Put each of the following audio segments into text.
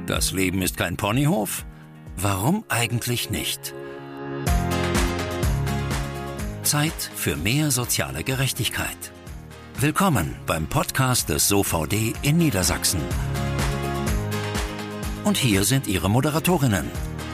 Das Leben ist kein Ponyhof? Warum eigentlich nicht? Zeit für mehr soziale Gerechtigkeit. Willkommen beim Podcast des SOVD in Niedersachsen. Und hier sind Ihre Moderatorinnen.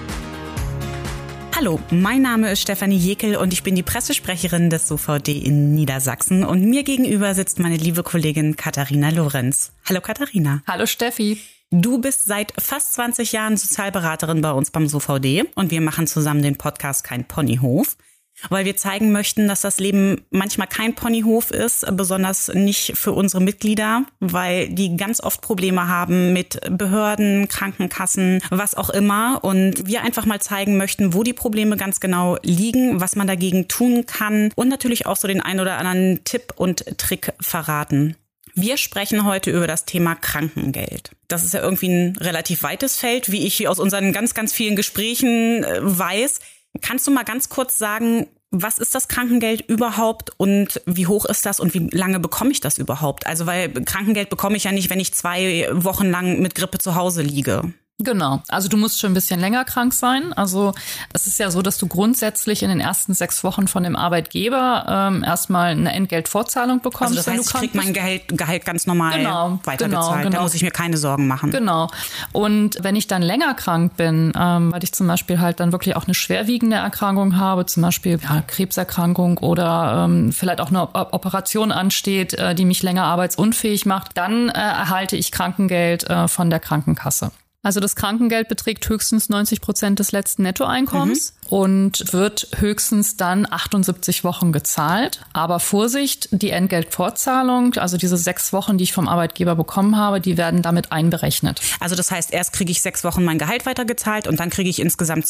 Hallo, mein Name ist Stefanie Jekel und ich bin die Pressesprecherin des SOVD in Niedersachsen. Und mir gegenüber sitzt meine liebe Kollegin Katharina Lorenz. Hallo Katharina. Hallo Steffi. Du bist seit fast 20 Jahren Sozialberaterin bei uns beim SOVD und wir machen zusammen den Podcast Kein Ponyhof, weil wir zeigen möchten, dass das Leben manchmal kein Ponyhof ist, besonders nicht für unsere Mitglieder, weil die ganz oft Probleme haben mit Behörden, Krankenkassen, was auch immer. Und wir einfach mal zeigen möchten, wo die Probleme ganz genau liegen, was man dagegen tun kann und natürlich auch so den ein oder anderen Tipp und Trick verraten. Wir sprechen heute über das Thema Krankengeld. Das ist ja irgendwie ein relativ weites Feld, wie ich aus unseren ganz, ganz vielen Gesprächen weiß. Kannst du mal ganz kurz sagen, was ist das Krankengeld überhaupt und wie hoch ist das und wie lange bekomme ich das überhaupt? Also weil Krankengeld bekomme ich ja nicht, wenn ich 2 Wochen lang mit Grippe zu Hause liege. Genau, also du musst schon ein bisschen länger krank sein. Also es ist ja so, dass du grundsätzlich in den ersten 6 Wochen von dem Arbeitgeber erstmal eine Entgeltvorzahlung bekommst. Also das heißt, ich kriege mein Gehalt ganz normal weitergezahlt. Genau. Da muss ich mir keine Sorgen machen. Genau. Und wenn ich dann länger krank bin, weil ich zum Beispiel halt dann wirklich auch eine schwerwiegende Erkrankung habe, zum Beispiel Krebserkrankung oder vielleicht auch eine Operation ansteht, die mich länger arbeitsunfähig macht, dann erhalte ich Krankengeld von der Krankenkasse. Also das Krankengeld beträgt höchstens 90% des letzten Nettoeinkommens und wird höchstens dann 78 Wochen gezahlt. Aber Vorsicht, die Entgeltfortzahlung, also diese 6 Wochen, die ich vom Arbeitgeber bekommen habe, die werden damit einberechnet. Also das heißt, erst kriege ich 6 Wochen mein Gehalt weitergezahlt und dann kriege ich insgesamt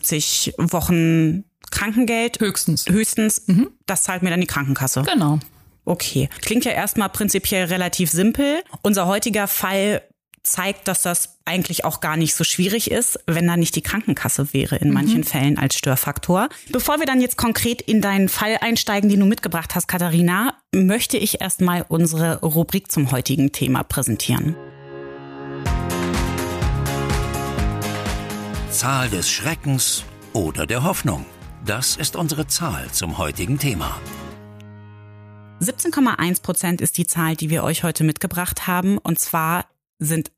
72 Wochen Krankengeld. Höchstens. Das zahlt mir dann die Krankenkasse. Genau. Okay. Klingt ja erstmal prinzipiell relativ simpel. Unser heutiger Fall zeigt, dass das eigentlich auch gar nicht so schwierig ist, wenn da nicht die Krankenkasse wäre in manchen Fällen als Störfaktor. Bevor wir dann jetzt konkret in deinen Fall einsteigen, den du mitgebracht hast, Katharina, möchte ich erstmal unsere Rubrik zum heutigen Thema präsentieren. Zahl des Schreckens oder der Hoffnung. Das ist unsere Zahl zum heutigen Thema. 17,1% ist die Zahl, die wir euch heute mitgebracht haben. Und zwar sind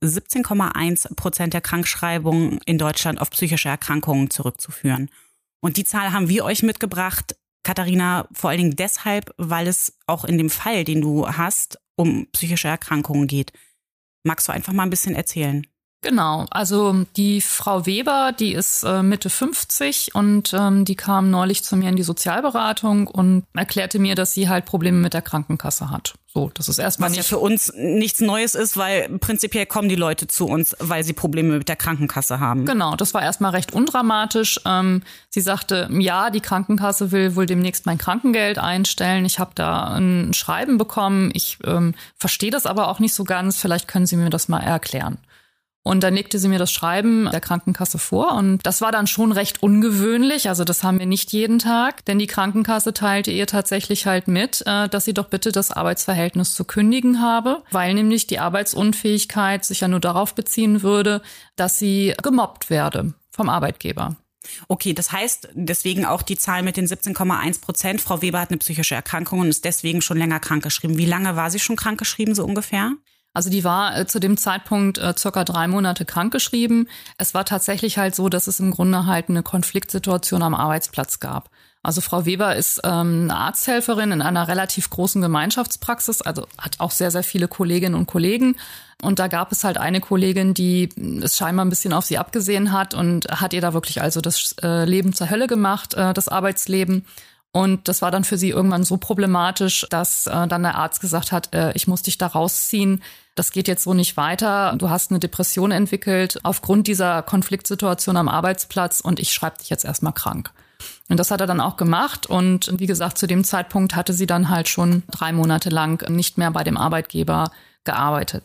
17,1% der Krankschreibungen in Deutschland auf psychische Erkrankungen zurückzuführen. Und die Zahl haben wir euch mitgebracht, Katharina, vor allen Dingen deshalb, weil es auch in dem Fall, den du hast, um psychische Erkrankungen geht. Magst du einfach mal ein bisschen erzählen? Genau, also die Frau Weber, die ist Mitte 50 und die kam neulich zu mir in die Sozialberatung und erklärte mir, dass sie halt Probleme mit der Krankenkasse hat. So, das ist erstmal was ja für uns nichts Neues ist, weil prinzipiell kommen die Leute zu uns, weil sie Probleme mit der Krankenkasse haben. Genau, das war erstmal recht undramatisch. Sie sagte, ja, die Krankenkasse will wohl demnächst mein Krankengeld einstellen. Ich habe da ein Schreiben bekommen. Ich verstehe das aber auch nicht so ganz. Vielleicht können Sie mir das mal erklären. Und dann legte sie mir das Schreiben der Krankenkasse vor und das war dann schon recht ungewöhnlich. Also das haben wir nicht jeden Tag, denn die Krankenkasse teilte ihr tatsächlich halt mit, dass sie doch bitte das Arbeitsverhältnis zu kündigen habe, weil nämlich die Arbeitsunfähigkeit sich ja nur darauf beziehen würde, dass sie gemobbt werde vom Arbeitgeber. Okay, das heißt deswegen auch die Zahl mit den 17,1%. Frau Weber hat eine psychische Erkrankung und ist deswegen schon länger krankgeschrieben. Wie lange war sie schon krankgeschrieben, so ungefähr? Also die war zu dem Zeitpunkt circa 3 Monate krankgeschrieben. Es war tatsächlich halt so, dass es im Grunde halt eine Konfliktsituation am Arbeitsplatz gab. Also Frau Weber ist eine Arzthelferin in einer relativ großen Gemeinschaftspraxis, also hat auch sehr, sehr viele Kolleginnen und Kollegen. Und da gab es halt eine Kollegin, die es scheinbar ein bisschen auf sie abgesehen hat und hat ihr da wirklich also das Leben zur Hölle gemacht, das Arbeitsleben. Und das war dann für sie irgendwann so problematisch, dass dann der Arzt gesagt hat, ich muss dich da rausziehen. Das geht jetzt so nicht weiter. Du hast eine Depression entwickelt aufgrund dieser Konfliktsituation am Arbeitsplatz und ich schreibe dich jetzt erstmal krank. Und das hat er dann auch gemacht. Und wie gesagt, zu dem Zeitpunkt hatte sie dann halt schon 3 Monate lang nicht mehr bei dem Arbeitgeber gearbeitet.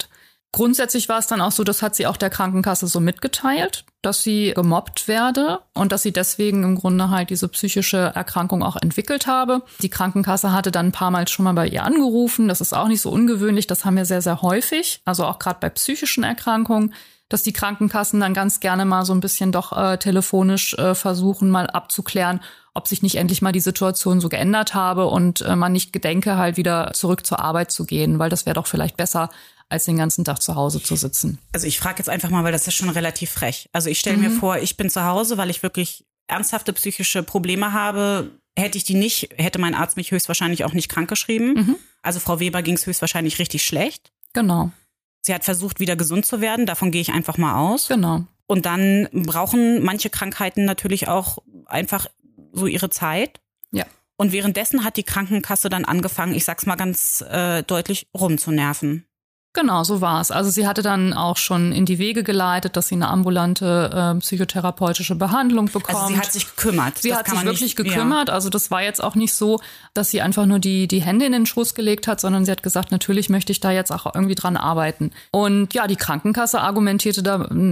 Grundsätzlich war es dann auch so, das hat sie auch der Krankenkasse so mitgeteilt, dass sie gemobbt werde und dass sie deswegen im Grunde halt diese psychische Erkrankung auch entwickelt habe. Die Krankenkasse hatte dann ein paar Mal schon mal bei ihr angerufen. Das ist auch nicht so ungewöhnlich. Das haben wir sehr, sehr häufig. Also auch gerade bei psychischen Erkrankungen, dass die Krankenkassen dann ganz gerne mal so ein bisschen doch telefonisch versuchen, mal abzuklären, ob sich nicht endlich mal die Situation so geändert habe und man nicht gedenke, halt wieder zurück zur Arbeit zu gehen, weil das wäre doch vielleicht besser, als den ganzen Tag zu Hause zu sitzen. Also ich frage jetzt einfach mal, weil das ist schon relativ frech. Also ich stelle mir vor, ich bin zu Hause, weil ich wirklich ernsthafte psychische Probleme habe. Hätte ich die nicht, hätte mein Arzt mich höchstwahrscheinlich auch nicht krankgeschrieben. Also Frau Weber ging es höchstwahrscheinlich richtig schlecht. Genau. Sie hat versucht, wieder gesund zu werden. Davon gehe ich einfach mal aus. Genau. Und dann brauchen manche Krankheiten natürlich auch einfach so ihre Zeit. Ja. Und währenddessen hat die Krankenkasse dann angefangen, ich sag's mal ganz deutlich, rumzunerven. Genau, so war es. Also sie hatte dann auch schon in die Wege geleitet, dass sie eine ambulante psychotherapeutische Behandlung bekommt. Also sie hat sich gekümmert. Sie hat sich wirklich gekümmert. Ja. Also das war jetzt auch nicht so, dass sie einfach nur die Hände in den Schoß gelegt hat, sondern sie hat gesagt, natürlich möchte ich da jetzt auch irgendwie dran arbeiten. Und ja, die Krankenkasse argumentierte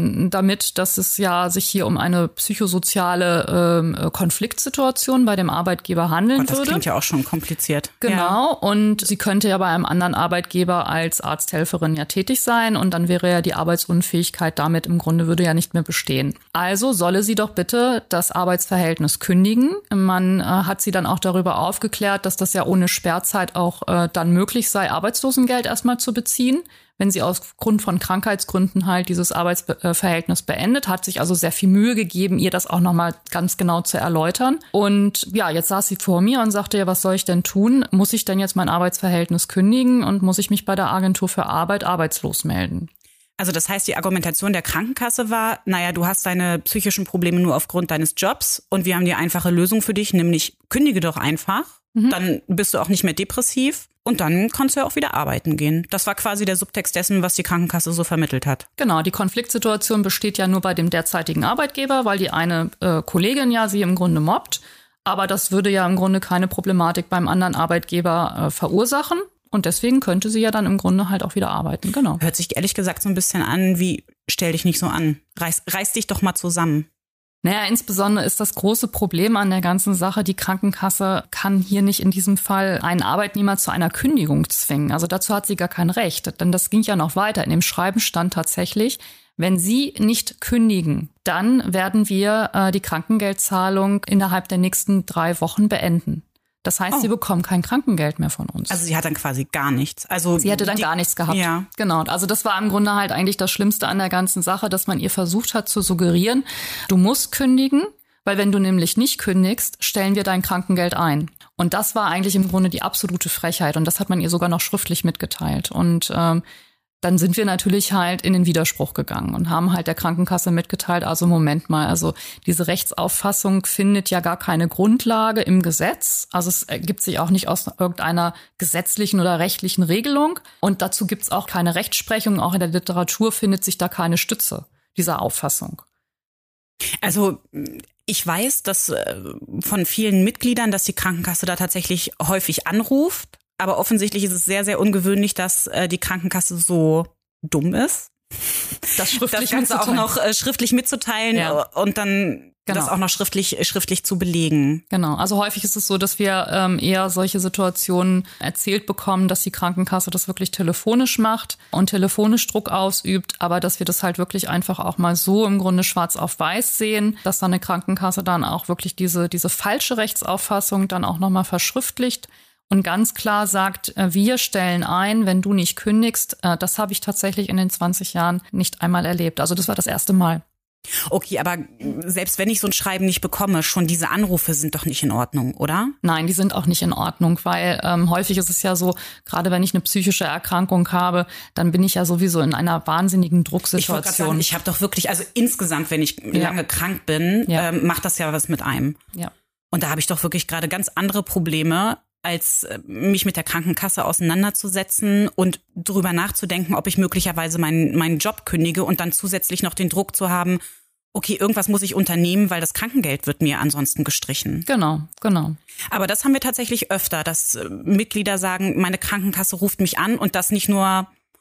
damit, dass es ja sich hier um eine psychosoziale Konfliktsituation bei dem Arbeitgeber handeln würde. Das klingt ja auch schon kompliziert. Genau. Ja. Und sie könnte ja bei einem anderen Arbeitgeber als Arzthelferin ja tätig sein und dann wäre ja die Arbeitsunfähigkeit damit im Grunde würde ja nicht mehr bestehen. Also solle sie doch bitte das Arbeitsverhältnis kündigen. Man hat sie dann auch darüber aufgeklärt, dass das ja ohne Sperrzeit auch dann möglich sei, Arbeitslosengeld erstmal zu beziehen. Wenn sie aufgrund von Krankheitsgründen halt dieses Arbeitsverhältnis beendet, hat sich also sehr viel Mühe gegeben, ihr das auch nochmal ganz genau zu erläutern. Und ja, jetzt saß sie vor mir und sagte, ja, was soll ich denn tun? Muss ich denn jetzt mein Arbeitsverhältnis kündigen und muss ich mich bei der Agentur für Arbeit arbeitslos melden? Also das heißt, die Argumentation der Krankenkasse war, naja, du hast deine psychischen Probleme nur aufgrund deines Jobs und wir haben die einfache Lösung für dich, nämlich kündige doch einfach. Dann bist du auch nicht mehr depressiv und dann kannst du ja auch wieder arbeiten gehen. Das war quasi der Subtext dessen, was die Krankenkasse so vermittelt hat. Genau, die Konfliktsituation besteht ja nur bei dem derzeitigen Arbeitgeber, weil die eine Kollegin ja sie im Grunde mobbt. Aber das würde ja im Grunde keine Problematik beim anderen Arbeitgeber verursachen. Und deswegen könnte sie ja dann im Grunde halt auch wieder arbeiten, genau. Hört sich ehrlich gesagt so ein bisschen an wie, stell dich nicht so an. Reiß dich doch mal zusammen. Naja, insbesondere ist das große Problem an der ganzen Sache, die Krankenkasse kann hier nicht in diesem Fall einen Arbeitnehmer zu einer Kündigung zwingen. Also dazu hat sie gar kein Recht, denn das ging ja noch weiter. In dem Schreiben stand tatsächlich, wenn Sie nicht kündigen, dann werden wir die Krankengeldzahlung innerhalb der nächsten 3 Wochen beenden. Das heißt, Sie bekommen kein Krankengeld mehr von uns. Also sie hat dann quasi gar nichts. Also sie hätte dann gar nichts gehabt. Ja. Genau. Also das war im Grunde halt eigentlich das Schlimmste an der ganzen Sache, dass man ihr versucht hat zu suggerieren, du musst kündigen, weil wenn du nämlich nicht kündigst, stellen wir dein Krankengeld ein. Und das war eigentlich im Grunde die absolute Frechheit. Und das hat man ihr sogar noch schriftlich mitgeteilt. Und dann sind wir natürlich halt in den Widerspruch gegangen und haben halt der Krankenkasse mitgeteilt, also Moment mal, also diese Rechtsauffassung findet ja gar keine Grundlage im Gesetz. Also es ergibt sich auch nicht aus irgendeiner gesetzlichen oder rechtlichen Regelung. Und dazu gibt es auch keine Rechtsprechung. Auch in der Literatur findet sich da keine Stütze dieser Auffassung. Also ich weiß, dass von vielen Mitgliedern, dass die Krankenkasse da tatsächlich häufig anruft. Aber offensichtlich ist es sehr, sehr ungewöhnlich, dass die Krankenkasse so dumm ist. Das Ganze auch noch schriftlich mitzuteilen und dann das auch noch schriftlich zu belegen. Genau, also häufig ist es so, dass wir eher solche Situationen erzählt bekommen, dass die Krankenkasse das wirklich telefonisch macht und telefonisch Druck ausübt, aber dass wir das halt wirklich einfach auch mal so im Grunde schwarz auf weiß sehen, dass dann eine Krankenkasse dann auch wirklich diese falsche Rechtsauffassung dann auch nochmal verschriftlicht. Und ganz klar sagt, wir stellen ein, wenn du nicht kündigst. Das habe ich tatsächlich in den 20 Jahren nicht einmal erlebt. Also das war das erste Mal. Okay, aber selbst wenn ich so ein Schreiben nicht bekomme, schon diese Anrufe sind doch nicht in Ordnung, oder? Nein, die sind auch nicht in Ordnung, weil häufig ist es ja so, gerade wenn ich eine psychische Erkrankung habe, dann bin ich ja sowieso in einer wahnsinnigen Drucksituation. Ich habe doch wirklich, also insgesamt, wenn ich lange krank bin, macht das ja was mit einem. Ja. Und da habe ich doch wirklich gerade ganz andere Probleme, als mich mit der Krankenkasse auseinanderzusetzen und drüber nachzudenken, ob ich möglicherweise meinen Job kündige und dann zusätzlich noch den Druck zu haben, okay, irgendwas muss ich unternehmen, weil das Krankengeld wird mir ansonsten gestrichen. Genau. Aber das haben wir tatsächlich öfter, dass Mitglieder sagen, meine Krankenkasse ruft mich an und das nicht nur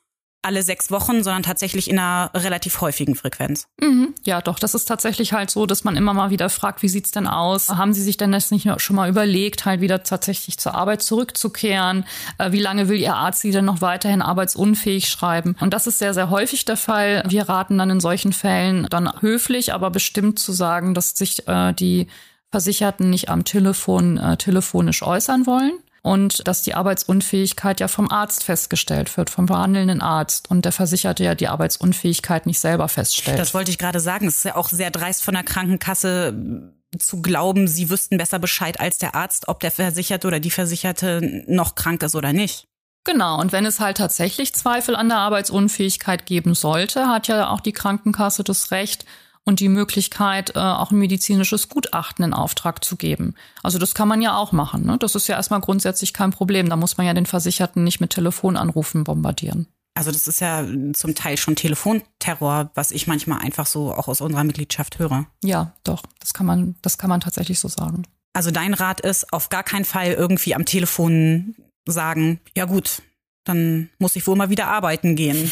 alle 6 Wochen, sondern tatsächlich in einer relativ häufigen Frequenz. Ja, doch, das ist tatsächlich halt so, dass man immer mal wieder fragt, wie sieht's denn aus? Haben Sie sich denn das nicht schon mal überlegt, halt wieder tatsächlich zur Arbeit zurückzukehren? Wie lange will Ihr Arzt Sie denn noch weiterhin arbeitsunfähig schreiben? Und das ist sehr, sehr häufig der Fall. Wir raten dann in solchen Fällen dann höflich, aber bestimmt zu sagen, dass sich die Versicherten nicht am Telefon telefonisch äußern wollen. Und dass die Arbeitsunfähigkeit ja vom Arzt festgestellt wird, vom behandelnden Arzt. Und der Versicherte ja die Arbeitsunfähigkeit nicht selber feststellt. Das wollte ich gerade sagen. Es ist ja auch sehr dreist von der Krankenkasse zu glauben, sie wüssten besser Bescheid als der Arzt, ob der Versicherte oder die Versicherte noch krank ist oder nicht. Genau, und wenn es halt tatsächlich Zweifel an der Arbeitsunfähigkeit geben sollte, hat ja auch die Krankenkasse das Recht und die Möglichkeit, auch ein medizinisches Gutachten in Auftrag zu geben. Also das kann man ja auch machen, ne? Das ist ja erstmal grundsätzlich kein Problem. Da muss man ja den Versicherten nicht mit Telefonanrufen bombardieren. Also das ist ja zum Teil schon Telefonterror, was ich manchmal einfach so auch aus unserer Mitgliedschaft höre. Ja, doch, das kann man tatsächlich so sagen. Also dein Rat ist, auf gar keinen Fall irgendwie am Telefon sagen, ja gut, dann muss ich wohl mal wieder arbeiten gehen.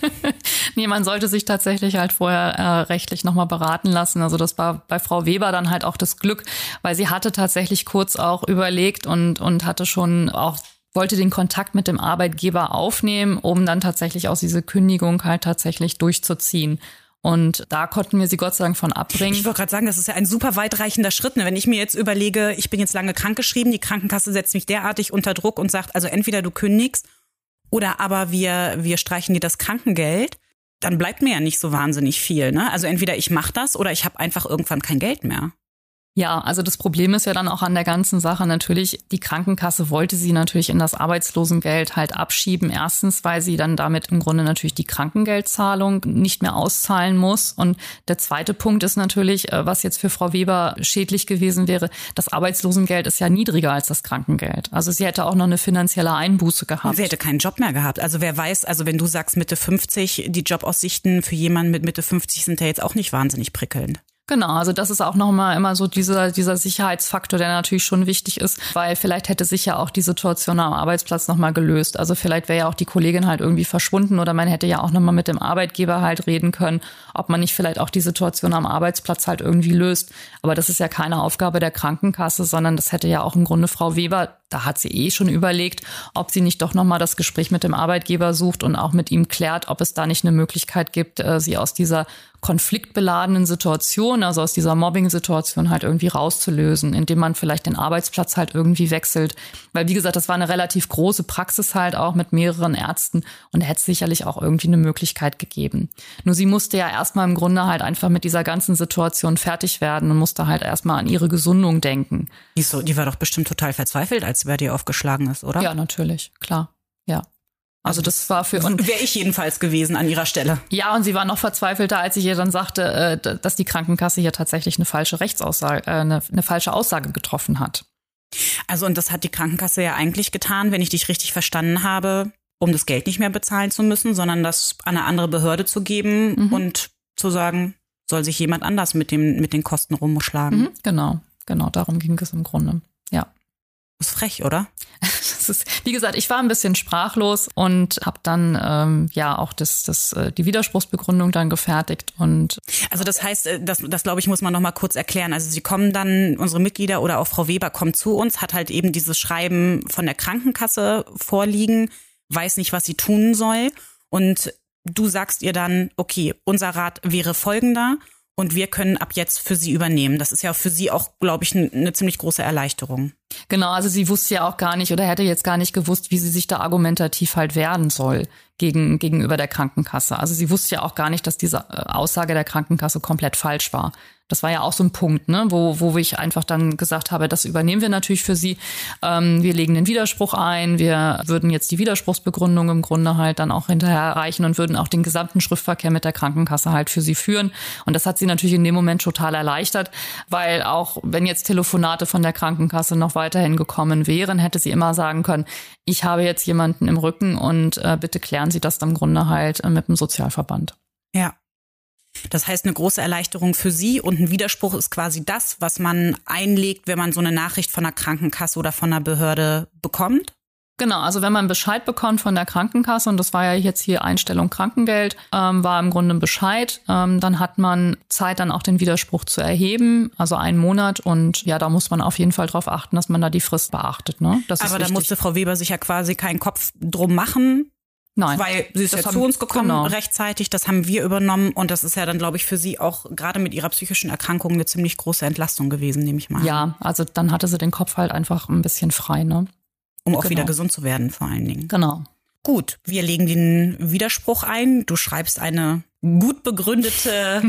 Nee, man sollte sich tatsächlich halt vorher rechtlich nochmal beraten lassen. Also das war bei Frau Weber dann halt auch das Glück, weil sie hatte tatsächlich kurz auch überlegt und hatte schon auch, wollte den Kontakt mit dem Arbeitgeber aufnehmen, um dann tatsächlich auch diese Kündigung halt tatsächlich durchzuziehen. Und da konnten wir sie Gott sei Dank von abbringen. Ich wollte gerade sagen, das ist ja ein super weitreichender Schritt. Wenn ich mir jetzt überlege, ich bin jetzt lange krankgeschrieben, die Krankenkasse setzt mich derartig unter Druck und sagt, also entweder du kündigst oder aber wir streichen dir das Krankengeld, dann bleibt mir ja nicht so wahnsinnig viel, ne? Also entweder ich mache das oder ich habe einfach irgendwann kein Geld mehr. Ja, also das Problem ist ja dann auch an der ganzen Sache natürlich, die Krankenkasse wollte sie natürlich in das Arbeitslosengeld halt abschieben. Erstens, weil sie dann damit im Grunde natürlich die Krankengeldzahlung nicht mehr auszahlen muss. Und der zweite Punkt ist natürlich, was jetzt für Frau Weber schädlich gewesen wäre, das Arbeitslosengeld ist ja niedriger als das Krankengeld. Also sie hätte auch noch eine finanzielle Einbuße gehabt. Und sie hätte keinen Job mehr gehabt. Also wer weiß, also wenn du sagst Mitte 50, die Jobaussichten für jemanden mit Mitte 50 sind ja jetzt auch nicht wahnsinnig prickelnd. Genau, also das ist auch nochmal immer so dieser Sicherheitsfaktor, der natürlich schon wichtig ist, weil vielleicht hätte sich ja auch die Situation am Arbeitsplatz nochmal gelöst. Also vielleicht wäre ja auch die Kollegin halt irgendwie verschwunden oder man hätte ja auch nochmal mit dem Arbeitgeber halt reden können, ob man nicht vielleicht auch die Situation am Arbeitsplatz halt irgendwie löst. Aber das ist ja keine Aufgabe der Krankenkasse, sondern das hätte ja auch im Grunde Frau Weber, da hat sie schon überlegt, ob sie nicht doch nochmal das Gespräch mit dem Arbeitgeber sucht und auch mit ihm klärt, ob es da nicht eine Möglichkeit gibt, sie aus dieser konfliktbeladenen Situation, also aus dieser Mobbing-Situation halt irgendwie rauszulösen, indem man vielleicht den Arbeitsplatz halt irgendwie wechselt. Weil, wie gesagt, das war eine relativ große Praxis halt auch mit mehreren Ärzten und da hätte es sicherlich auch irgendwie eine Möglichkeit gegeben. Nur sie musste ja erstmal im Grunde halt einfach mit dieser ganzen Situation fertig werden und musste halt erstmal an ihre Gesundung denken. Die war doch bestimmt total verzweifelt, als sie bei dir aufgeschlagen ist, oder? Ja, natürlich, klar, ja. Also das war für uns. Wäre ich jedenfalls gewesen an ihrer Stelle. Ja, und sie war noch verzweifelter, als ich ihr dann sagte, dass die Krankenkasse hier tatsächlich eine falsche Rechtsaussage, eine falsche Aussage getroffen hat. Also und das hat die Krankenkasse ja eigentlich getan, wenn ich dich richtig verstanden habe, um das Geld nicht mehr bezahlen zu müssen, sondern das an eine andere Behörde zu geben und zu sagen, soll sich jemand anders mit den Kosten rumschlagen. Genau, darum ging es im Grunde, ja. Das ist frech, oder? Das ist, wie gesagt, ich war ein bisschen sprachlos und habe dann auch die Widerspruchsbegründung dann gefertigt. Und also das heißt, das glaube ich, muss man noch mal kurz erklären. Also sie kommen dann, unsere Mitglieder oder auch Frau Weber kommt zu uns, hat halt eben dieses Schreiben von der Krankenkasse vorliegen, weiß nicht, was sie tun soll. Und du sagst ihr dann, okay, unser Rat wäre folgender. Und wir können ab jetzt für sie übernehmen. Das ist ja für sie auch, glaube ich, eine ziemlich große Erleichterung. Genau, also sie wusste ja auch gar nicht oder hätte jetzt gar nicht gewusst, wie sie sich da argumentativ halt wehren soll gegenüber der Krankenkasse. Also sie wusste ja auch gar nicht, dass diese Aussage der Krankenkasse komplett falsch war. Das war ja auch so ein Punkt, ne, wo ich einfach dann gesagt habe, das übernehmen wir natürlich für sie. Wir legen den Widerspruch ein. Wir würden jetzt die Widerspruchsbegründung im Grunde halt dann auch hinterher erreichen und würden auch den gesamten Schriftverkehr mit der Krankenkasse halt für sie führen. Und das hat sie natürlich in dem Moment total erleichtert, weil auch wenn jetzt Telefonate von der Krankenkasse noch weiterhin gekommen wären, hätte sie immer sagen können, ich habe jetzt jemanden im Rücken und bitte klären Sie das dann im Grunde halt mit dem Sozialverband. Ja. Das heißt, eine große Erleichterung für Sie und ein Widerspruch ist quasi das, was man einlegt, wenn man so eine Nachricht von einer Krankenkasse oder von einer Behörde bekommt? Genau, also wenn man Bescheid bekommt von der Krankenkasse, und das war ja jetzt hier Einstellung Krankengeld, war im Grunde ein Bescheid, dann hat man Zeit, dann auch den Widerspruch zu erheben, also 1 Monat. Und ja, da muss man auf jeden Fall drauf achten, dass man da die Frist beachtet. Ne? Das Aber ist da musste Frau Weber sich ja quasi keinen Kopf drum machen. Nein. Weil sie ist ja zu uns gekommen rechtzeitig, das haben wir übernommen und das ist ja dann, glaube ich, für sie auch gerade mit ihrer psychischen Erkrankung eine ziemlich große Entlastung gewesen, nehme ich mal an. Ja, also dann hatte sie den Kopf halt einfach ein bisschen frei, ne? Um auch wieder gesund zu werden, vor allen Dingen. Genau. Gut, wir legen den Widerspruch ein. Du schreibst eine gut begründete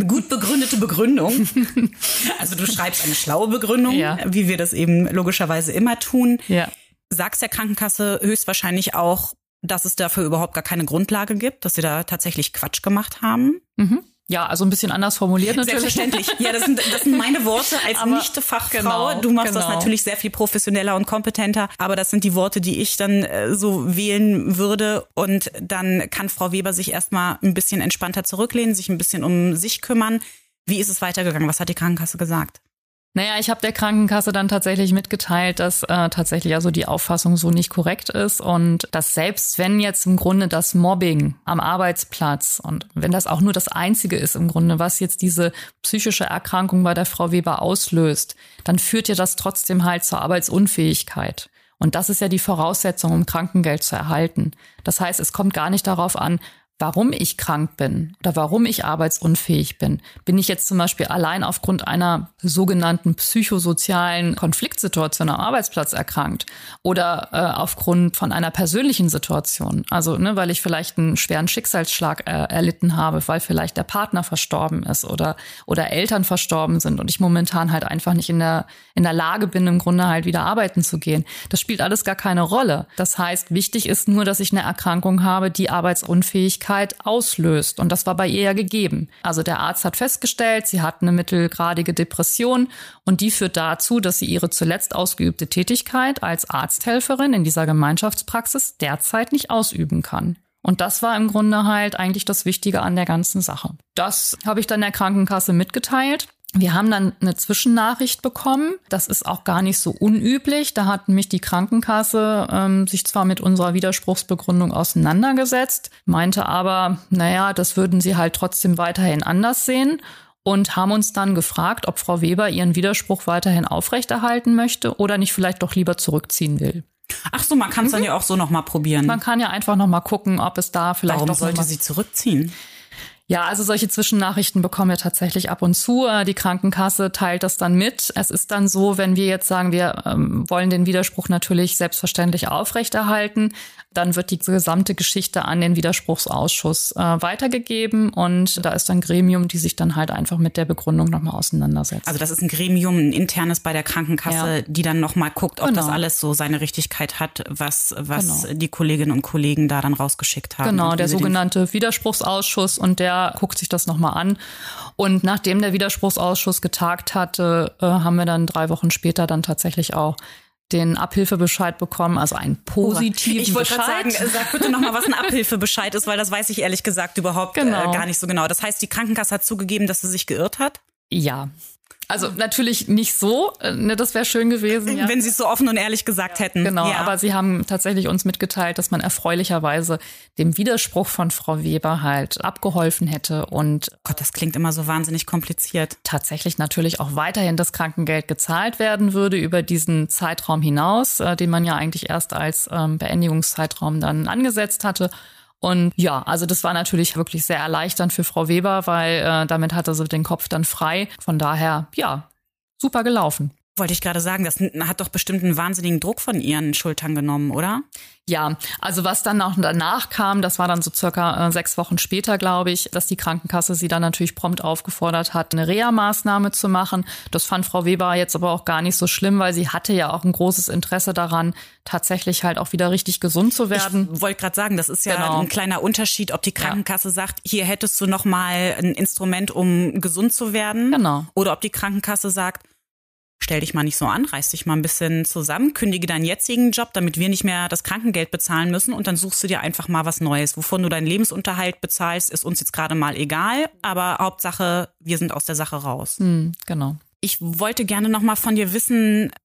Begründung. Also du schreibst eine schlaue Begründung, wie wir das eben logischerweise immer tun. Ja. Sagst der Krankenkasse höchstwahrscheinlich auch, dass es dafür überhaupt gar keine Grundlage gibt, dass sie da tatsächlich Quatsch gemacht haben. Mhm. Ja, also ein bisschen anders formuliert natürlich. Selbstverständlich. Ja, das sind meine Worte als Nicht-Fachfrau. Genau, du machst das natürlich sehr viel professioneller und kompetenter, aber das sind die Worte, die ich dann so wählen würde. Und dann kann Frau Weber sich erstmal ein bisschen entspannter zurücklehnen, sich ein bisschen um sich kümmern. Wie ist es weitergegangen? Was hat die Krankenkasse gesagt? Naja, ich habe der Krankenkasse dann tatsächlich mitgeteilt, dass tatsächlich also die Auffassung so nicht korrekt ist und dass selbst wenn jetzt im Grunde das Mobbing am Arbeitsplatz und wenn das auch nur das Einzige ist im Grunde, was jetzt diese psychische Erkrankung bei der Frau Weber auslöst, dann führt ja das trotzdem halt zur Arbeitsunfähigkeit. Und das ist ja die Voraussetzung, um Krankengeld zu erhalten. Das heißt, es kommt gar nicht darauf an, warum ich krank bin oder warum ich arbeitsunfähig bin. Bin ich jetzt zum Beispiel allein aufgrund einer sogenannten psychosozialen Konfliktsituation am Arbeitsplatz erkrankt oder aufgrund von einer persönlichen Situation? Also, weil ich vielleicht einen schweren Schicksalsschlag erlitten habe, weil vielleicht der Partner verstorben ist oder Eltern verstorben sind und ich momentan halt einfach nicht in der Lage bin, im Grunde halt wieder arbeiten zu gehen. Das spielt alles gar keine Rolle. Das heißt, wichtig ist nur, dass ich eine Erkrankung habe, die Arbeitsunfähigkeit auslöst. Und das war bei ihr ja gegeben. Also der Arzt hat festgestellt, sie hat eine mittelgradige Depression und die führt dazu, dass sie ihre zuletzt ausgeübte Tätigkeit als Arzthelferin in dieser Gemeinschaftspraxis derzeit nicht ausüben kann. Und das war im Grunde halt eigentlich das Wichtige an der ganzen Sache. Das habe ich dann der Krankenkasse mitgeteilt. Wir haben dann eine Zwischennachricht bekommen. Das ist auch gar nicht so unüblich. Da hat nämlich die Krankenkasse sich zwar mit unserer Widerspruchsbegründung auseinandergesetzt, meinte aber, das würden sie halt trotzdem weiterhin anders sehen und haben uns dann gefragt, ob Frau Weber ihren Widerspruch weiterhin aufrechterhalten möchte oder nicht vielleicht doch lieber zurückziehen will. Ach so, man kann es dann ja auch so nochmal probieren. Man kann ja einfach nochmal gucken, ob es da vielleicht Warum doch sollte sie zurückziehen? Ja, also solche Zwischennachrichten bekommen wir tatsächlich ab und zu. Die Krankenkasse teilt das dann mit. Es ist dann so, wenn wir jetzt sagen, wir wollen den Widerspruch natürlich selbstverständlich aufrechterhalten, dann wird die gesamte Geschichte an den Widerspruchsausschuss weitergegeben und da ist ein Gremium, die sich dann halt einfach mit der Begründung nochmal auseinandersetzt. Also das ist ein Gremium, ein internes bei der Krankenkasse, die dann nochmal guckt, ob das alles so seine Richtigkeit hat, was die Kolleginnen und Kollegen da dann rausgeschickt haben. Genau, der sogenannte Widerspruchsausschuss und der guckt sich das nochmal an. Und nachdem der Widerspruchsausschuss getagt hatte, haben wir dann 3 Wochen später dann tatsächlich auch den Abhilfebescheid bekommen, also einen positiven Bescheid. Ich wollte gerade sagen, sag bitte nochmal, was ein Abhilfebescheid ist, weil das weiß ich ehrlich gesagt überhaupt gar nicht so genau. Das heißt, die Krankenkasse hat zugegeben, dass sie sich geirrt hat? Ja. Also natürlich nicht so, das wäre schön gewesen. Ja. Wenn sie es so offen und ehrlich gesagt hätten. Genau, aber sie haben tatsächlich uns mitgeteilt, dass man erfreulicherweise dem Widerspruch von Frau Weber halt abgeholfen hätte. Und Gott, das klingt immer so wahnsinnig kompliziert. Tatsächlich natürlich auch weiterhin das Krankengeld gezahlt werden würde über diesen Zeitraum hinaus, den man ja eigentlich erst als Beendigungszeitraum dann angesetzt hatte. Und ja, also das war natürlich wirklich sehr erleichternd für Frau Weber, weil damit hatte sie den Kopf dann frei. Von daher, ja, super gelaufen. Wollte ich gerade sagen, das hat doch bestimmt einen wahnsinnigen Druck von ihren Schultern genommen, oder? Ja, also was dann auch danach kam, das war dann so circa 6 Wochen später, glaube ich, dass die Krankenkasse sie dann natürlich prompt aufgefordert hat, eine Reha-Maßnahme zu machen. Das fand Frau Weber jetzt aber auch gar nicht so schlimm, weil sie hatte ja auch ein großes Interesse daran, tatsächlich halt auch wieder richtig gesund zu werden. Ich wollte gerade sagen, das ist ja ein kleiner Unterschied, ob die Krankenkasse sagt, hier hättest du noch mal ein Instrument, um gesund zu werden. Genau. Oder ob die Krankenkasse sagt, stell dich mal nicht so an, reiß dich mal ein bisschen zusammen, kündige deinen jetzigen Job, damit wir nicht mehr das Krankengeld bezahlen müssen und dann suchst du dir einfach mal was Neues. Wovon du deinen Lebensunterhalt bezahlst, ist uns jetzt gerade mal egal, aber Hauptsache, wir sind aus der Sache raus. Genau. Ich wollte gerne noch mal von dir wissen,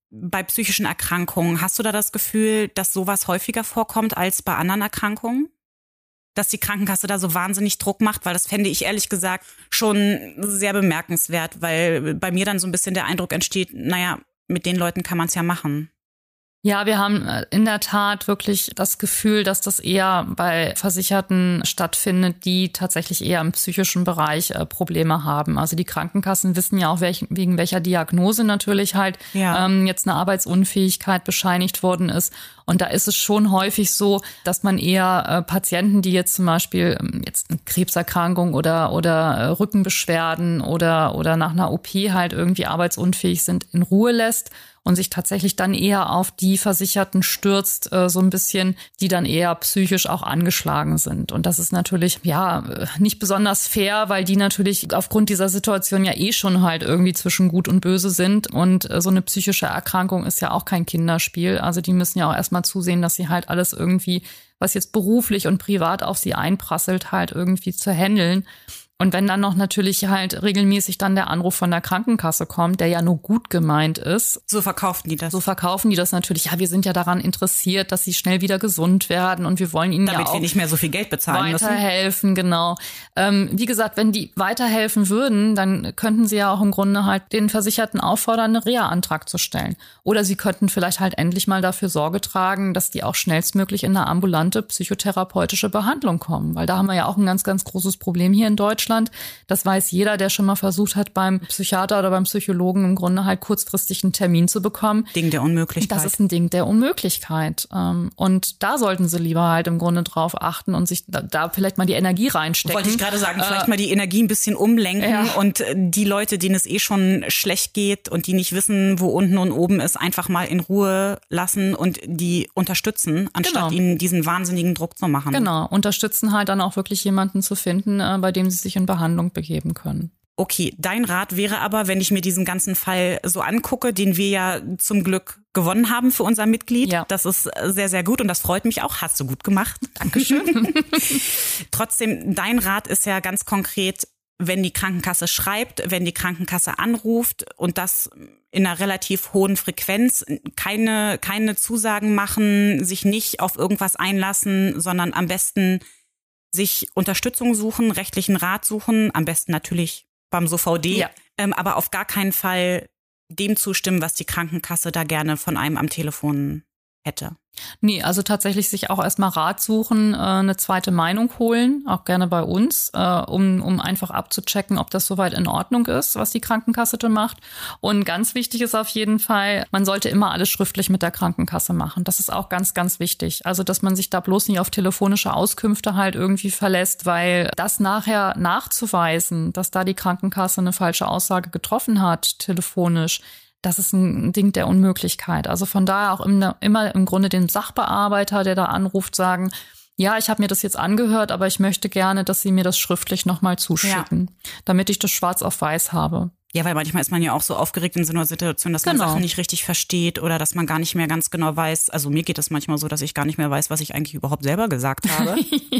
bei psychischen Erkrankungen, hast du da das Gefühl, dass sowas häufiger vorkommt als bei anderen Erkrankungen? Dass die Krankenkasse da so wahnsinnig Druck macht, weil das fände ich ehrlich gesagt schon sehr bemerkenswert, weil bei mir dann so ein bisschen der Eindruck entsteht, naja, mit den Leuten kann man es ja machen. Ja, wir haben in der Tat wirklich das Gefühl, dass das eher bei Versicherten stattfindet, die tatsächlich eher im psychischen Bereich Probleme haben. Also die Krankenkassen wissen ja auch, wegen welcher Diagnose natürlich halt jetzt eine Arbeitsunfähigkeit bescheinigt worden ist. Und da ist es schon häufig so, dass man eher Patienten, die jetzt zum Beispiel jetzt eine Krebserkrankung oder Rückenbeschwerden oder nach einer OP halt irgendwie arbeitsunfähig sind, in Ruhe lässt und sich tatsächlich dann eher auf die Versicherten stürzt, so ein bisschen, die dann eher psychisch auch angeschlagen sind. Und das ist natürlich, nicht besonders fair, weil die natürlich aufgrund dieser Situation ja schon halt irgendwie zwischen Gut und Böse sind. Und so eine psychische Erkrankung ist ja auch kein Kinderspiel. Also die müssen ja auch erstmal zusehen, dass sie halt alles irgendwie, was jetzt beruflich und privat auf sie einprasselt, halt irgendwie zu handeln. Und wenn dann noch natürlich halt regelmäßig dann der Anruf von der Krankenkasse kommt, der ja nur gut gemeint ist. So verkaufen die das. So verkaufen die das natürlich. Ja, wir sind ja daran interessiert, dass sie schnell wieder gesund werden und wir wollen ihnen damit ja auch wir nicht mehr so viel Geld bezahlen weiterhelfen, genau. Wie gesagt, wenn die weiterhelfen würden, dann könnten sie ja auch im Grunde halt den Versicherten auffordern, einen Reha-Antrag zu stellen. Oder sie könnten vielleicht halt endlich mal dafür Sorge tragen, dass die auch schnellstmöglich in eine ambulante psychotherapeutische Behandlung kommen. Weil da haben wir ja auch ein ganz, ganz großes Problem hier in Deutschland. Das weiß jeder, der schon mal versucht hat, beim Psychiater oder beim Psychologen im Grunde halt kurzfristig einen Termin zu bekommen. Ding der Unmöglichkeit. Das ist ein Ding der Unmöglichkeit. Und da sollten sie lieber halt im Grunde drauf achten und sich da vielleicht mal die Energie reinstecken. Wollte ich gerade sagen, vielleicht mal die Energie ein bisschen umlenken und die Leute, denen es schon schlecht geht und die nicht wissen, wo unten und oben ist, einfach mal in Ruhe lassen und die unterstützen, anstatt ihnen diesen wahnsinnigen Druck zu machen. Genau, unterstützen halt dann auch wirklich jemanden zu finden, bei dem sie sich in Behandlung begeben können. Okay, dein Rat wäre aber, wenn ich mir diesen ganzen Fall so angucke, den wir ja zum Glück gewonnen haben für unser Mitglied. Ja. Das ist sehr, sehr gut und das freut mich auch. Hast du gut gemacht. Dankeschön. Trotzdem, dein Rat ist ja ganz konkret, wenn die Krankenkasse schreibt, wenn die Krankenkasse anruft und das in einer relativ hohen Frequenz, keine Zusagen machen, sich nicht auf irgendwas einlassen, sondern am besten sich Unterstützung suchen, rechtlichen Rat suchen, am besten natürlich beim SOVD, aber auf gar keinen Fall dem zustimmen, was die Krankenkasse da gerne von einem am Telefon hätte. Nee, also tatsächlich sich auch erstmal Rat suchen, eine zweite Meinung holen, auch gerne bei uns, um einfach abzuchecken, ob das soweit in Ordnung ist, was die Krankenkasse da macht. Und ganz wichtig ist auf jeden Fall, man sollte immer alles schriftlich mit der Krankenkasse machen. Das ist auch ganz, ganz wichtig. Also, dass man sich da bloß nicht auf telefonische Auskünfte halt irgendwie verlässt, weil das nachher nachzuweisen, dass da die Krankenkasse eine falsche Aussage getroffen hat, telefonisch, das ist ein Ding der Unmöglichkeit. Also von daher auch immer im Grunde dem Sachbearbeiter, der da anruft, sagen, ja, ich habe mir das jetzt angehört, aber ich möchte gerne, dass Sie mir das schriftlich nochmal zuschicken, damit ich das schwarz auf weiß habe. Ja, weil manchmal ist man ja auch so aufgeregt in so einer Situation, dass man Sachen nicht richtig versteht oder dass man gar nicht mehr ganz genau weiß. Also mir geht das manchmal so, dass ich gar nicht mehr weiß, was ich eigentlich überhaupt selber gesagt habe.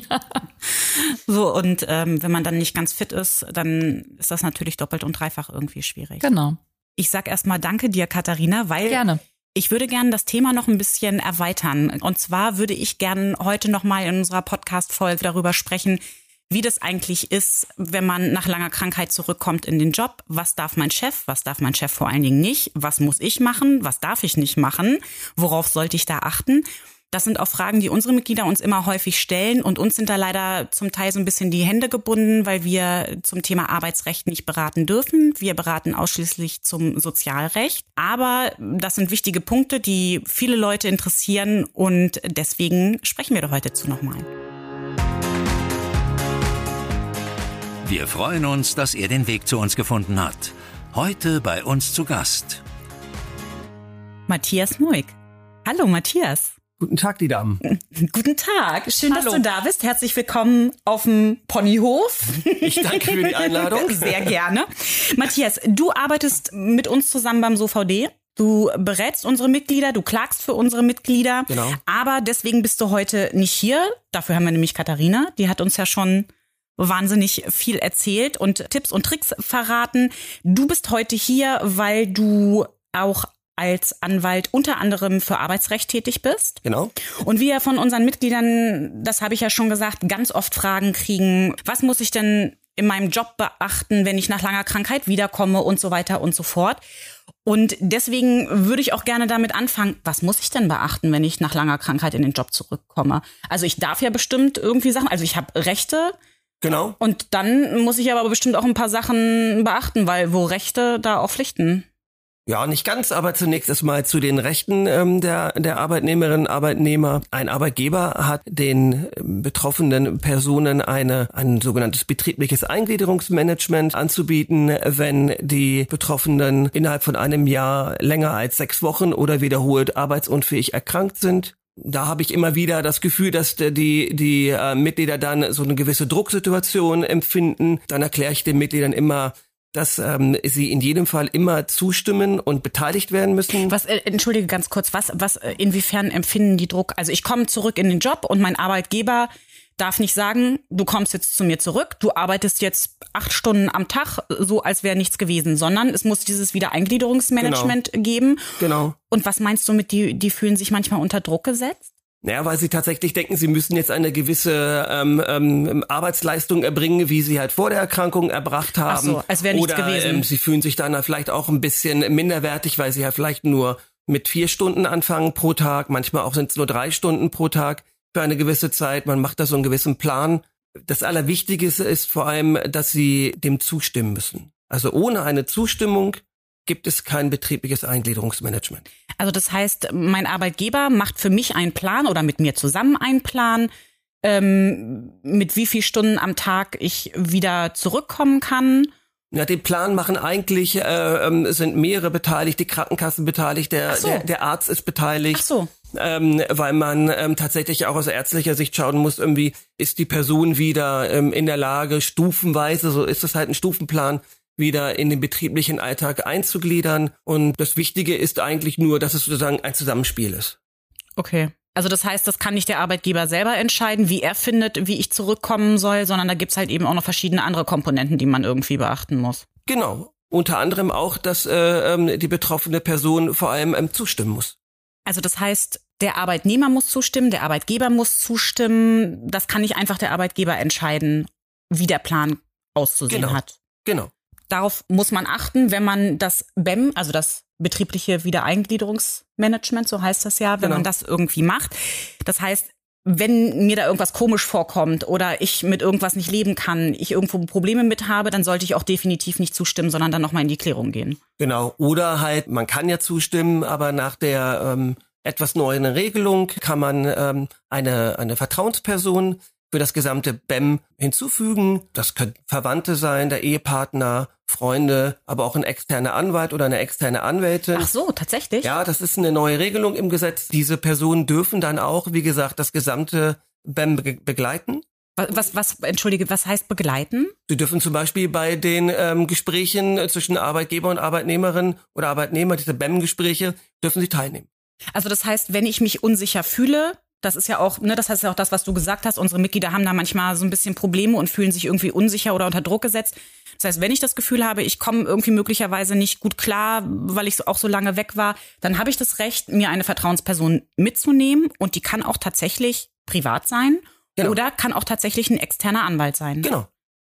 So, und wenn man dann nicht ganz fit ist, dann ist das natürlich doppelt und dreifach irgendwie schwierig. Genau. Ich sag erstmal danke dir, Katharina, weil gerne. Ich würde gerne das Thema noch ein bisschen erweitern. Und zwar würde ich gerne heute noch mal in unserer Podcast-Folge darüber sprechen, wie das eigentlich ist, wenn man nach langer Krankheit zurückkommt in den Job. Was darf mein Chef vor allen Dingen nicht? Was muss ich machen? Was darf ich nicht machen? Worauf sollte ich da achten? Das sind auch Fragen, die unsere Mitglieder uns immer häufig stellen und uns sind da leider zum Teil so ein bisschen die Hände gebunden, weil wir zum Thema Arbeitsrecht nicht beraten dürfen. Wir beraten ausschließlich zum Sozialrecht. Aber das sind wichtige Punkte, die viele Leute interessieren und deswegen sprechen wir da heute zu nochmal. Wir freuen uns, dass er den Weg zu uns gefunden hat. Heute bei uns zu Gast Matthias Muig. Hallo Matthias. Guten Tag, die Damen. Guten Tag. Schön, dass du da bist. Herzlich willkommen auf dem Ponyhof. Ich danke für die Einladung. Sehr gerne. Matthias, du arbeitest mit uns zusammen beim SOVD. Du berätst unsere Mitglieder, du klagst für unsere Mitglieder. Genau. Aber deswegen bist du heute nicht hier. Dafür haben wir nämlich Katharina. Die hat uns ja schon wahnsinnig viel erzählt und Tipps und Tricks verraten. Du bist heute hier, weil du auch als Anwalt unter anderem für Arbeitsrecht tätig bist. Genau. Und wir von unseren Mitgliedern, das habe ich ja schon gesagt, ganz oft Fragen kriegen, was muss ich denn in meinem Job beachten, wenn ich nach langer Krankheit wiederkomme und so weiter und so fort. Und deswegen würde ich auch gerne damit anfangen, was muss ich denn beachten, wenn ich nach langer Krankheit in den Job zurückkomme? Also ich darf ja bestimmt irgendwie Sachen, also ich habe Rechte. Genau. Und dann muss ich aber bestimmt auch ein paar Sachen beachten, weil wo Rechte, da auch Pflichten. Ja, nicht ganz, aber zunächst erstmal zu den Rechten der Arbeitnehmerinnen und Arbeitnehmer. Ein Arbeitgeber hat den betroffenen Personen ein sogenanntes betriebliches Eingliederungsmanagement anzubieten, wenn die Betroffenen innerhalb von einem Jahr länger als 6 Wochen oder wiederholt arbeitsunfähig erkrankt sind. Da habe ich immer wieder das Gefühl, dass die Mitglieder dann so eine gewisse Drucksituation empfinden. Dann erkläre ich den Mitgliedern immer, dass sie in jedem Fall immer zustimmen und beteiligt werden müssen. Entschuldige ganz kurz, inwiefern empfinden die Druck? Also ich komme zurück in den Job und mein Arbeitgeber darf nicht sagen, du kommst jetzt zu mir zurück, du arbeitest jetzt 8 Stunden am Tag, so als wäre nichts gewesen, sondern es muss dieses Wiedereingliederungsmanagement geben. Genau. Und was meinst du mit, die fühlen sich manchmal unter Druck gesetzt? Naja, weil sie tatsächlich denken, sie müssen jetzt eine gewisse Arbeitsleistung erbringen, wie sie halt vor der Erkrankung erbracht haben. Ach so, als wäre nichts gewesen. Oder sie fühlen sich dann vielleicht auch ein bisschen minderwertig, weil sie ja vielleicht nur mit 4 Stunden anfangen pro Tag. Manchmal auch sind es nur 3 Stunden pro Tag für eine gewisse Zeit. Man macht da so einen gewissen Plan. Das Allerwichtigste ist vor allem, dass sie dem zustimmen müssen. Also ohne eine Zustimmung gibt es kein betriebliches Eingliederungsmanagement. Also das heißt, mein Arbeitgeber macht für mich einen Plan oder mit mir zusammen einen Plan, mit wie viel Stunden am Tag ich wieder zurückkommen kann. Ja, den Plan machen eigentlich, sind mehrere beteiligt, die Krankenkassen beteiligt, der Arzt ist beteiligt. Ach so. Weil man tatsächlich auch aus ärztlicher Sicht schauen muss, irgendwie ist die Person wieder in der Lage, stufenweise, so ist es halt ein Stufenplan, wieder in den betrieblichen Alltag einzugliedern. Und das Wichtige ist eigentlich nur, dass es sozusagen ein Zusammenspiel ist. Okay. Also das heißt, das kann nicht der Arbeitgeber selber entscheiden, wie er findet, wie ich zurückkommen soll, sondern da gibt's halt eben auch noch verschiedene andere Komponenten, die man irgendwie beachten muss. Genau. Unter anderem auch, dass die betroffene Person vor allem zustimmen muss. Also das heißt, der Arbeitnehmer muss zustimmen, der Arbeitgeber muss zustimmen. Das kann nicht einfach der Arbeitgeber entscheiden, wie der Plan auszusehen hat. Genau. Darauf muss man achten, wenn man das BEM, also das betriebliche Wiedereingliederungsmanagement, so heißt das ja, wenn man das irgendwie macht. Das heißt, wenn mir da irgendwas komisch vorkommt oder ich mit irgendwas nicht leben kann, ich irgendwo Probleme mit habe, dann sollte ich auch definitiv nicht zustimmen, sondern dann nochmal in die Klärung gehen. Genau. Oder halt, man kann ja zustimmen, aber nach der etwas neuen Regelung kann man eine Vertrauensperson für das gesamte BEM hinzufügen. Das können Verwandte sein, der Ehepartner, Freunde, aber auch ein externer Anwalt oder eine externe Anwältin. Ach so, tatsächlich? Ja, das ist eine neue Regelung im Gesetz. Diese Personen dürfen dann auch, wie gesagt, das gesamte BEM begleiten. Entschuldige, was heißt begleiten? Sie dürfen zum Beispiel bei den Gesprächen zwischen Arbeitgeber und Arbeitnehmerin oder Arbeitnehmer, diese BEM-Gespräche, dürfen sie teilnehmen. Also das heißt, wenn ich mich unsicher fühle, das ist ja auch, das heißt ja auch das, was du gesagt hast. Unsere Mitglieder haben da manchmal so ein bisschen Probleme und fühlen sich irgendwie unsicher oder unter Druck gesetzt. Das heißt, wenn ich das Gefühl habe, ich komme irgendwie möglicherweise nicht gut klar, weil ich auch so lange weg war, dann habe ich das Recht, mir eine Vertrauensperson mitzunehmen und die kann auch tatsächlich privat sein oder kann auch tatsächlich ein externer Anwalt sein. Genau.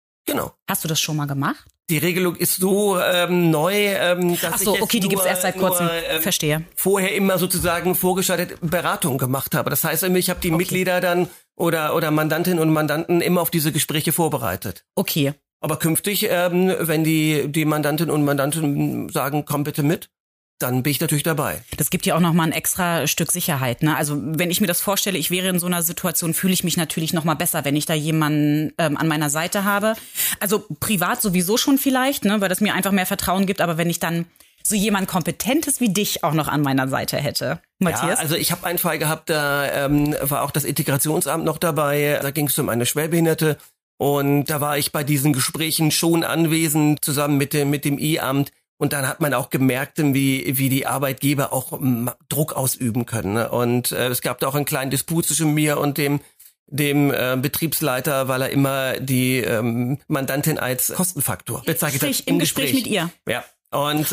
Hast du das schon mal gemacht? Die Regelung ist so neu, dass Ach so, ich jetzt okay, die gibt's erst seit kurzem. Verstehe. Vorher immer sozusagen vorgeschaltet Beratung gemacht habe. Das heißt, ich habe die Mitglieder dann oder Mandantinnen und Mandanten immer auf diese Gespräche vorbereitet. Okay. Aber künftig, wenn die Mandantinnen und Mandanten sagen, komm bitte mit, dann bin ich natürlich dabei. Das gibt ja auch nochmal ein extra Stück Sicherheit, ne? Also wenn ich mir das vorstelle, ich wäre in so einer Situation, fühle ich mich natürlich nochmal besser, wenn ich da jemanden an meiner Seite habe. Also privat sowieso schon vielleicht, ne? Weil das mir einfach mehr Vertrauen gibt. Aber wenn ich dann so jemand Kompetentes wie dich auch noch an meiner Seite hätte. Matthias? Ja, also ich habe einen Fall gehabt, da war auch das Integrationsamt noch dabei. Da ging es um eine Schwerbehinderte. Und da war ich bei diesen Gesprächen schon anwesend, zusammen mit dem E-Amt. Und dann hat man auch gemerkt, wie die Arbeitgeber auch Druck ausüben können. Ne? Und es gab da auch einen kleinen Disput zwischen mir und dem Betriebsleiter, weil er immer die Mandantin als Kostenfaktor bezeichnet hat. Im Gespräch mit ihr? Ja. Und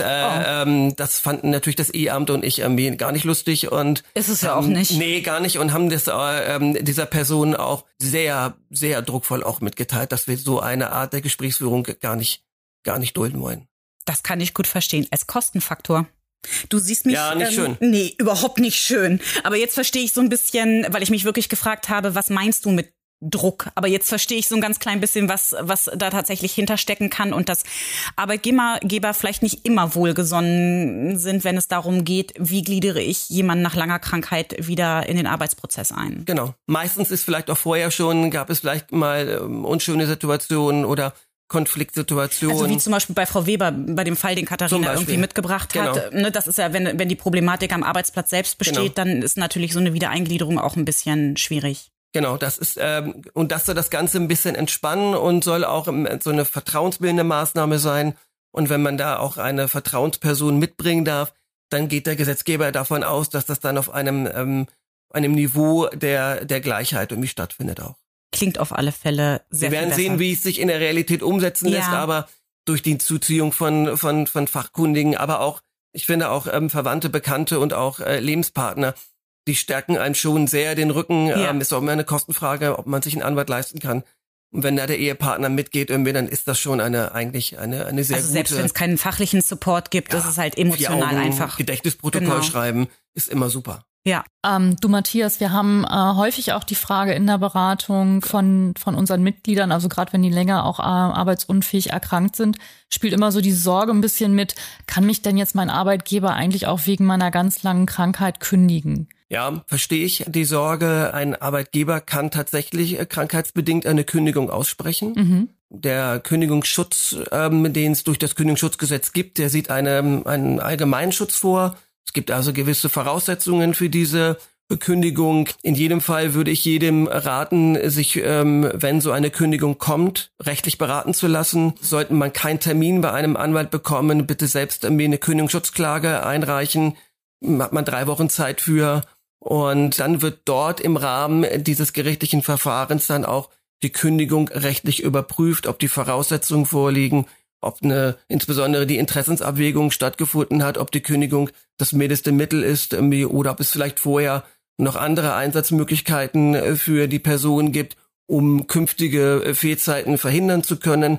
das fanden natürlich das Eheamt und ich irgendwie gar nicht lustig. Und ist es ja auch nicht. Nee, gar nicht. Und haben das dieser Person auch sehr, sehr druckvoll auch mitgeteilt, dass wir so eine Art der Gesprächsführung gar nicht dulden wollen. Das kann ich gut verstehen. Als Kostenfaktor. Du siehst mich... Ja, nicht schön. Nee, überhaupt nicht schön. Aber jetzt verstehe ich so ein bisschen, weil ich mich wirklich gefragt habe, was meinst du mit Druck? Aber jetzt verstehe ich so ein ganz klein bisschen, was da tatsächlich hinterstecken kann und dass Arbeitgeber vielleicht nicht immer wohlgesonnen sind, wenn es darum geht, wie gliedere ich jemanden nach langer Krankheit wieder in den Arbeitsprozess ein. Genau. Meistens ist vielleicht auch vorher gab es vielleicht mal unschöne Situationen oder Konfliktsituationen. Also wie zum Beispiel bei Frau Weber, bei dem Fall, den Katharina irgendwie mitgebracht hat. Genau. Ne, das ist ja, wenn die Problematik am Arbeitsplatz selbst besteht, dann ist natürlich so eine Wiedereingliederung auch ein bisschen schwierig. Genau, das ist und das soll das Ganze ein bisschen entspannen und soll auch so eine vertrauensbildende Maßnahme sein. Und wenn man da auch eine Vertrauensperson mitbringen darf, dann geht der Gesetzgeber davon aus, dass das dann auf einem Niveau der Gleichheit irgendwie stattfindet auch. Klingt auf alle Fälle sehr viel besser. Wir werden sehen, wie es sich in der Realität umsetzen lässt, aber durch die Zuziehung von Fachkundigen, aber auch, ich finde auch Verwandte, Bekannte und auch Lebenspartner, die stärken einem schon sehr den Rücken. Ist auch immer eine Kostenfrage, ob man sich einen Anwalt leisten kann. Und wenn da der Ehepartner mitgeht irgendwie, dann ist das schon eigentlich eine sehr gute... Selbst wenn es keinen fachlichen Support gibt, ist es halt emotional einfach. Gedächtnisprotokoll schreiben ist immer super. Ja. Du Matthias, wir haben häufig auch die Frage in der Beratung von unseren Mitgliedern, also gerade wenn die länger auch arbeitsunfähig erkrankt sind, spielt immer so die Sorge ein bisschen mit, kann mich denn jetzt mein Arbeitgeber eigentlich auch wegen meiner ganz langen Krankheit kündigen? Ja, verstehe ich die Sorge. Ein Arbeitgeber kann tatsächlich krankheitsbedingt eine Kündigung aussprechen. Mhm. Der Kündigungsschutz, den es durch das Kündigungsschutzgesetz gibt, der sieht einen Allgemeinschutz vor. Es gibt also gewisse Voraussetzungen für diese Kündigung. In jedem Fall würde ich jedem raten, sich, wenn so eine Kündigung kommt, rechtlich beraten zu lassen. Sollte man keinen Termin bei einem Anwalt bekommen, bitte selbst irgendwie eine Kündigungsschutzklage einreichen. Hat man 3 Wochen Zeit für. Und dann wird dort im Rahmen dieses gerichtlichen Verfahrens dann auch die Kündigung rechtlich überprüft, ob die Voraussetzungen vorliegen, ob insbesondere die Interessensabwägung stattgefunden hat, ob die Kündigung das mildeste Mittel ist oder ob es vielleicht vorher noch andere Einsatzmöglichkeiten für die Person gibt, um künftige Fehlzeiten verhindern zu können.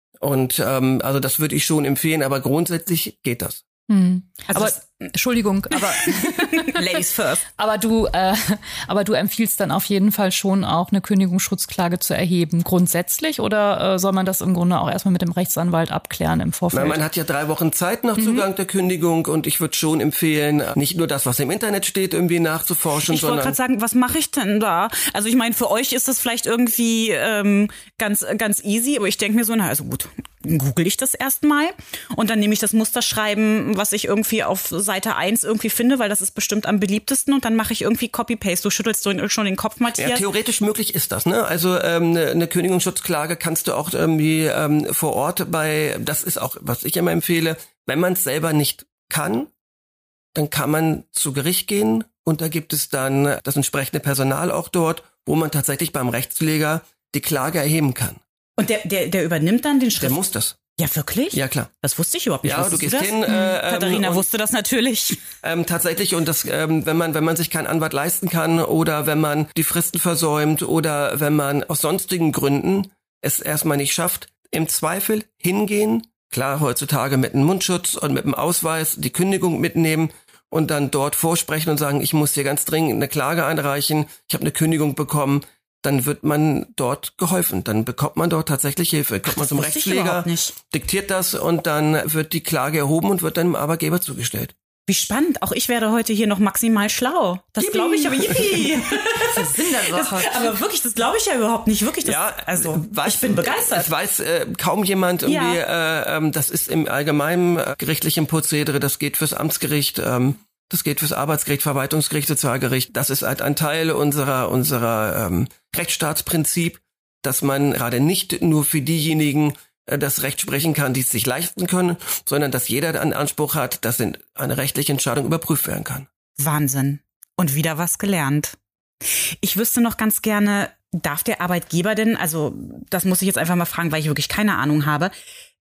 Und also das würde ich schon empfehlen, aber grundsätzlich geht das. Also Entschuldigung, aber Ladies first. Aber du empfiehlst dann auf jeden Fall schon auch eine Kündigungsschutzklage zu erheben, grundsätzlich, oder soll man das im Grunde auch erstmal mit dem Rechtsanwalt abklären im Vorfeld? Man hat ja 3 Wochen Zeit nach Zugang der Kündigung und ich würde schon empfehlen, nicht nur das, was im Internet steht, irgendwie nachzuforschen, Ich wollte gerade sagen, was mache ich denn da? Also ich meine, für euch ist das vielleicht irgendwie ganz easy, aber ich denke mir so, na also gut, google ich das erstmal und dann nehme ich das Musterschreiben, was ich irgendwie auf Seite 1 irgendwie finde, weil das ist bestimmt am beliebtesten und dann mache ich irgendwie Copy-Paste. Du schüttelst schon den Kopf, Matthias. Ja, theoretisch möglich ist das, ne? Also eine Kündigungsschutzklage kannst du auch irgendwie vor Ort das ist auch, was ich immer empfehle, wenn man es selber nicht kann, dann kann man zu Gericht gehen und da gibt es dann das entsprechende Personal auch dort, wo man tatsächlich beim Rechtspfleger die Klage erheben kann. Und der übernimmt dann den Schrift? Der muss das. Ja, wirklich? Ja, klar. Das wusste ich überhaupt nicht. Ja, du gehst hin. Katharina wusste das natürlich. Tatsächlich, und das, wenn man sich keinen Anwalt leisten kann oder wenn man die Fristen versäumt oder wenn man aus sonstigen Gründen es erstmal nicht schafft, im Zweifel hingehen, klar, heutzutage mit einem Mundschutz und mit einem Ausweis die Kündigung mitnehmen und dann dort vorsprechen und sagen, ich muss hier ganz dringend eine Klage einreichen, ich habe eine Kündigung bekommen. Dann wird man dort geholfen. Dann bekommt man dort tatsächlich Hilfe. Kommt man zum Rechtspfleger, diktiert das und dann wird die Klage erhoben und wird dann dem Arbeitgeber zugestellt. Wie spannend. Auch ich werde heute hier noch maximal schlau. Das glaube ich aber. Yippie. Das ist Sinn der Sache. Aber wirklich, das glaube ich ja überhaupt nicht. Wirklich, ich bin begeistert. Es weiß kaum jemand irgendwie, das ist im allgemeinen gerichtlichen Prozedere, das geht fürs Amtsgericht, das geht fürs Arbeitsgericht, Verwaltungsgericht, Sozialgericht. Das ist halt ein Teil unserer Rechtsstaatsprinzip, dass man gerade nicht nur für diejenigen das Recht sprechen kann, die es sich leisten können, sondern dass jeder einen Anspruch hat, dass eine rechtliche Entscheidung überprüft werden kann. Wahnsinn. Und wieder was gelernt. Ich wüsste noch ganz gerne, darf der Arbeitgeber denn, also das muss ich jetzt einfach mal fragen, weil ich wirklich keine Ahnung habe,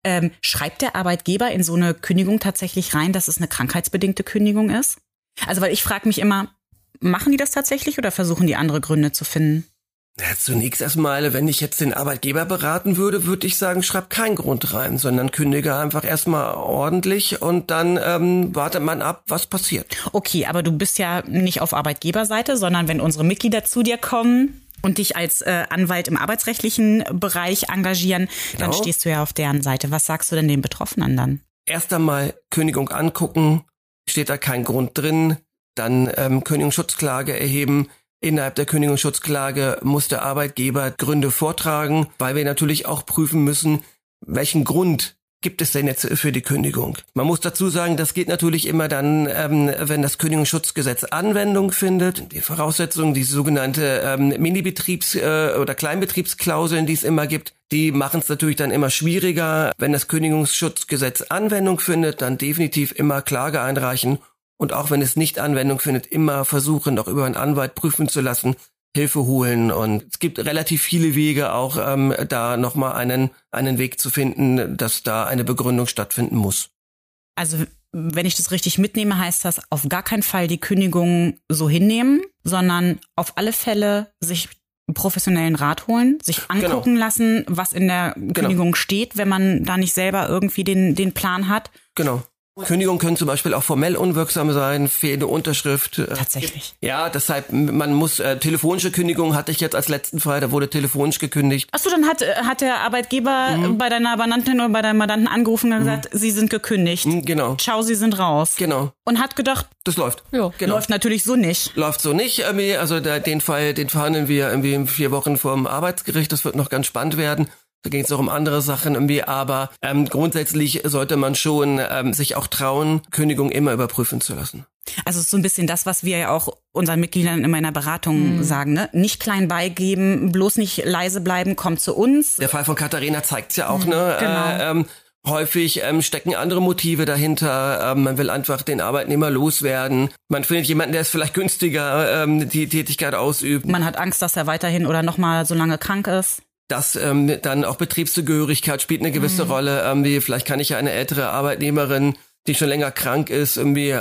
Schreibt der Arbeitgeber in so eine Kündigung tatsächlich rein, dass es eine krankheitsbedingte Kündigung ist? Also weil ich frage mich immer, machen die das tatsächlich oder versuchen die andere Gründe zu finden? Ja, zunächst erstmal, wenn ich jetzt den Arbeitgeber beraten würde, würde ich sagen, schreib keinen Grund rein, sondern kündige einfach erstmal ordentlich und dann wartet man ab, was passiert. Okay, aber du bist ja nicht auf Arbeitgeberseite, sondern wenn unsere Mitglieder zu dir kommen und dich als Anwalt im arbeitsrechtlichen Bereich engagieren, Genau. Dann stehst du ja auf deren Seite. Was sagst du denn den Betroffenen dann? Erst einmal Kündigung angucken, steht da kein Grund drin, dann Kündigungsschutzklage erheben. Innerhalb der Kündigungsschutzklage muss der Arbeitgeber Gründe vortragen, weil wir natürlich auch prüfen müssen, welchen Grund gibt es denn jetzt für die Kündigung. Man muss dazu sagen, das geht natürlich immer dann, wenn das Kündigungsschutzgesetz Anwendung findet. Die Voraussetzungen, die sogenannte Minibetriebs- oder Kleinbetriebsklauseln, die es immer gibt, die machen es natürlich dann immer schwieriger. Wenn das Kündigungsschutzgesetz Anwendung findet, dann definitiv immer Klage einreichen. Und auch wenn es nicht Anwendung findet, immer versuchen, noch über einen Anwalt prüfen zu lassen, Hilfe holen. Und es gibt relativ viele Wege, auch da nochmal einen Weg zu finden, dass da eine Begründung stattfinden muss. Also wenn ich das richtig mitnehme, heißt das auf gar keinen Fall die Kündigung so hinnehmen, sondern auf alle Fälle sich professionellen Rat holen, sich angucken lassen, was in der Kündigung steht, wenn man da nicht selber irgendwie den Plan hat. Genau. Kündigungen können zum Beispiel auch formell unwirksam sein, fehlende Unterschrift. Tatsächlich. Ja, deshalb, man muss, telefonische Kündigung hatte ich jetzt als letzten Fall, da wurde telefonisch gekündigt. Achso, dann hat der Arbeitgeber bei deiner Mandantin oder bei deinem Mandanten angerufen und gesagt, Sie sind gekündigt. Genau. Ciao, Sie sind raus. Genau. Und hat gedacht, Das läuft. ja, Genau. läuft natürlich so nicht. Läuft so nicht, also den Fall, den verhandeln wir irgendwie in 4 Wochen vorm Arbeitsgericht, das wird noch ganz spannend werden. Da ging es auch um andere Sachen irgendwie, aber grundsätzlich sollte man schon sich auch trauen, Kündigung immer überprüfen zu lassen. Also es ist so ein bisschen das, was wir ja auch unseren Mitgliedern immer in der Beratung sagen, ne? Nicht klein beigeben, bloß nicht leise bleiben, kommt zu uns. Der Fall von Katharina zeigt's ja auch, ne? Genau. Häufig stecken andere Motive dahinter. Man will einfach den Arbeitnehmer loswerden. Man findet jemanden, der es vielleicht günstiger die Tätigkeit ausübt. Man hat Angst, dass er weiterhin oder noch mal so lange krank ist. Das dann auch Betriebszugehörigkeit spielt eine gewisse Rolle. Vielleicht kann ich ja eine ältere Arbeitnehmerin, die schon länger krank ist,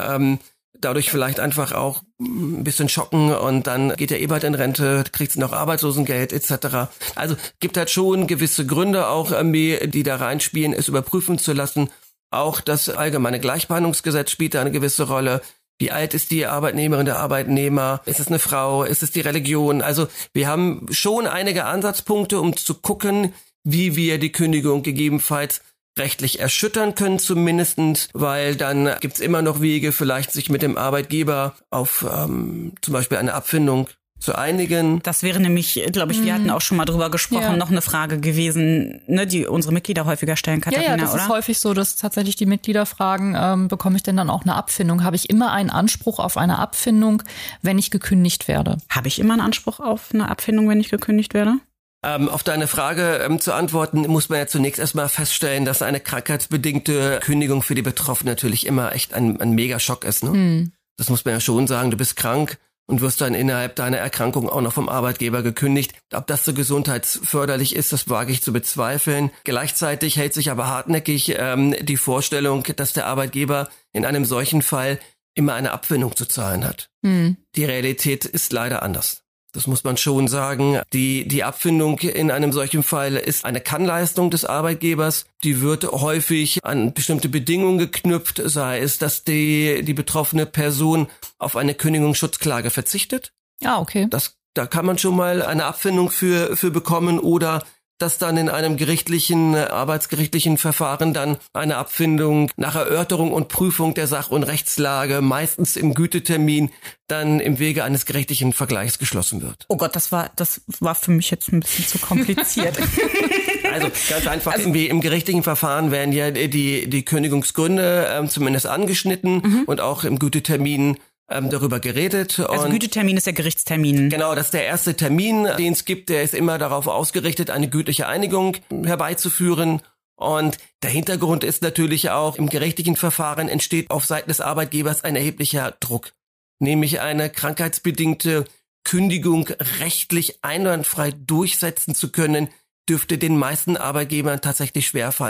dadurch vielleicht einfach auch ein bisschen schocken und dann geht der bald in Rente, kriegt sie noch Arbeitslosengeld etc. Also gibt halt schon gewisse Gründe auch, die da reinspielen, es überprüfen zu lassen. Auch das allgemeine Gleichbehandlungsgesetz spielt da eine gewisse Rolle. Wie alt ist die Arbeitnehmerin, der Arbeitnehmer? Ist es eine Frau? Ist es die Religion? Also wir haben schon einige Ansatzpunkte, um zu gucken, wie wir die Kündigung gegebenenfalls rechtlich erschüttern können zumindestens, weil dann gibt's immer noch Wege, vielleicht sich mit dem Arbeitgeber auf zum Beispiel eine Abfindung zu einigen. Das wäre nämlich, glaube ich, wir hatten auch schon mal drüber gesprochen, noch eine Frage gewesen, ne, die unsere Mitglieder häufiger stellen, Katharina, das oder? ist häufig so, dass tatsächlich die Mitglieder fragen, bekomme ich denn dann auch eine Abfindung? Habe ich immer einen Anspruch auf eine Abfindung, wenn ich gekündigt werde? Habe ich immer einen Anspruch auf eine Abfindung, wenn ich gekündigt werde? Auf deine Frage zu antworten, muss man ja zunächst erstmal feststellen, dass eine krankheitsbedingte Kündigung für die Betroffenen natürlich immer echt ein Megaschock ist. Ne? Das muss man ja schon sagen, du bist krank und wirst dann innerhalb deiner Erkrankung auch noch vom Arbeitgeber gekündigt. Ob das so gesundheitsförderlich ist, das wage ich zu bezweifeln. Gleichzeitig hält sich aber hartnäckig die Vorstellung, dass der Arbeitgeber in einem solchen Fall immer eine Abfindung zu zahlen hat. Die Realität ist leider anders. Das muss man schon sagen. Die Abfindung in einem solchen Fall ist eine Kannleistung des Arbeitgebers. Die wird häufig an bestimmte Bedingungen geknüpft, sei es, dass die betroffene Person auf eine Kündigungsschutzklage verzichtet. Ja, okay. Da kann man schon mal eine Abfindung für bekommen oder dass dann in einem arbeitsgerichtlichen Verfahren dann eine Abfindung nach Erörterung und Prüfung der Sach- und Rechtslage, meistens im Gütetermin, dann im Wege eines gerichtlichen Vergleichs geschlossen wird. Oh Gott, das war für mich jetzt ein bisschen zu kompliziert. Also ganz einfach, im gerichtlichen Verfahren werden ja die Kündigungsgründe zumindest angeschnitten und auch im Gütetermin darüber geredet. Also Gütetermin ist der Gerichtstermin. Genau, das ist der erste Termin, den es gibt, der ist immer darauf ausgerichtet, eine gütliche Einigung herbeizuführen. Und der Hintergrund ist natürlich auch, im gerichtlichen Verfahren entsteht auf Seiten des Arbeitgebers ein erheblicher Druck. Nämlich eine krankheitsbedingte Kündigung rechtlich einwandfrei durchsetzen zu können, dürfte den meisten Arbeitgebern tatsächlich schwerfallen.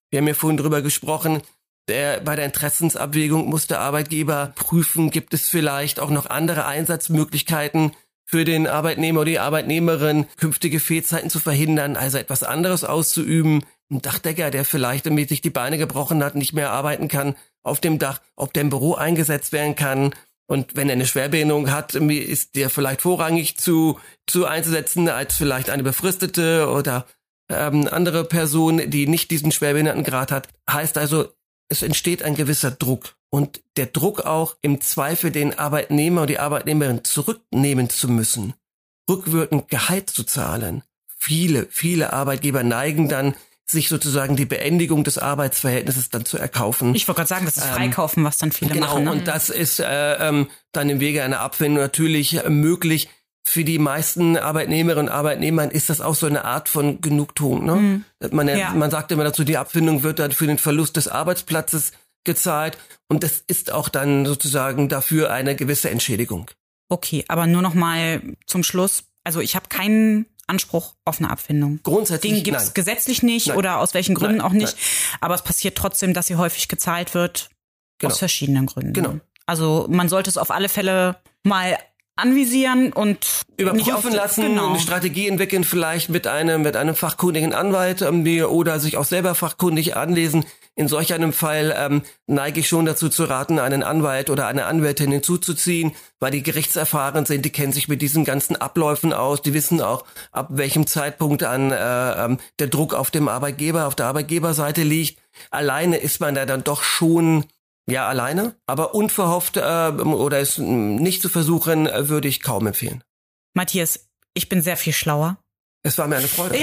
Wir haben ja vorhin drüber gesprochen, bei der Interessensabwägung muss der Arbeitgeber prüfen, gibt es vielleicht auch noch andere Einsatzmöglichkeiten für den Arbeitnehmer oder die Arbeitnehmerin, künftige Fehlzeiten zu verhindern, also etwas anderes auszuüben. Ein Dachdecker, der vielleicht damit sich die Beine gebrochen hat, nicht mehr arbeiten kann auf dem Dach, ob der im Büro eingesetzt werden kann. Und wenn er eine Schwerbehinderung hat, ist der vielleicht vorrangig zu einzusetzen als vielleicht eine befristete oder andere Person, die nicht diesen Schwerbehindertengrad hat. Heißt also, es entsteht ein gewisser Druck. Und der Druck auch, im Zweifel den Arbeitnehmer oder die Arbeitnehmerin zurücknehmen zu müssen, rückwirkend Gehalt zu zahlen. Viele Arbeitgeber neigen dann, sich sozusagen die Beendigung des Arbeitsverhältnisses dann zu erkaufen. Ich wollte gerade sagen, das ist Freikaufen, was dann viele machen. Genau, und das ist dann im Wege einer Abfindung natürlich möglich. Für die meisten Arbeitnehmerinnen und Arbeitnehmern ist das auch so eine Art von Genugtuung. Ne? Man sagt immer dazu, die Abfindung wird dann für den Verlust des Arbeitsplatzes gezahlt und das ist auch dann sozusagen dafür eine gewisse Entschädigung. Okay, aber nur noch mal zum Schluss. Also ich habe keinen Anspruch auf eine Abfindung. Grundsätzlich den gibt's gesetzlich nicht oder aus welchen Gründen auch nicht. Aber es passiert trotzdem, dass sie häufig gezahlt wird aus verschiedenen Gründen. Genau. Also man sollte es auf alle Fälle mal anvisieren und überprüfen lassen, eine Strategie entwickeln, vielleicht mit einem fachkundigen Anwalt oder sich auch selber fachkundig anlesen. In solch einem Fall neige ich schon dazu zu raten, einen Anwalt oder eine Anwältin hinzuzuziehen, weil die gerichtserfahren sind, die kennen sich mit diesen ganzen Abläufen aus, die wissen auch, ab welchem Zeitpunkt der Druck auf dem Arbeitgeber, auf der Arbeitgeberseite liegt. Alleine ist man da dann doch schon alleine, aber unverhofft oder es nicht zu versuchen, würde ich kaum empfehlen. Matthias, ich bin sehr viel schlauer. Es war mir eine Freude.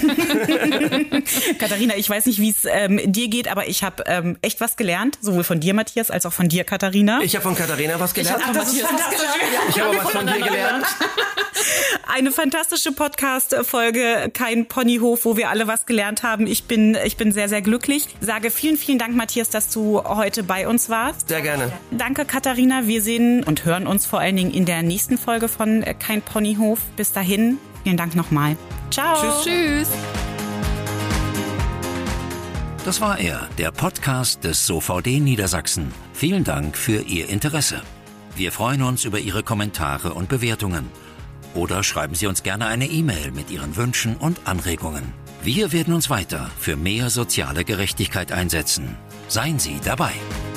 Katharina, ich weiß nicht, wie es dir geht, aber ich habe echt was gelernt, sowohl von dir, Matthias, als auch von dir, Katharina. Ich habe von Katharina was gelernt. Ich habe was von dir gelernt. Eine fantastische Podcast-Folge, kein Ponyhof, wo wir alle was gelernt haben. Ich bin sehr, sehr glücklich. Sage vielen, vielen Dank, Matthias, dass du heute bei uns warst. Sehr gerne. Danke, Katharina. Wir sehen und hören uns vor allen Dingen in der nächsten Folge von Kein Ponyhof. Bis dahin, vielen Dank nochmal. Ciao. Tschüss. Das war er, der Podcast des SOVD Niedersachsen. Vielen Dank für Ihr Interesse. Wir freuen uns über Ihre Kommentare und Bewertungen. Oder schreiben Sie uns gerne eine E-Mail mit Ihren Wünschen und Anregungen. Wir werden uns weiter für mehr soziale Gerechtigkeit einsetzen. Seien Sie dabei.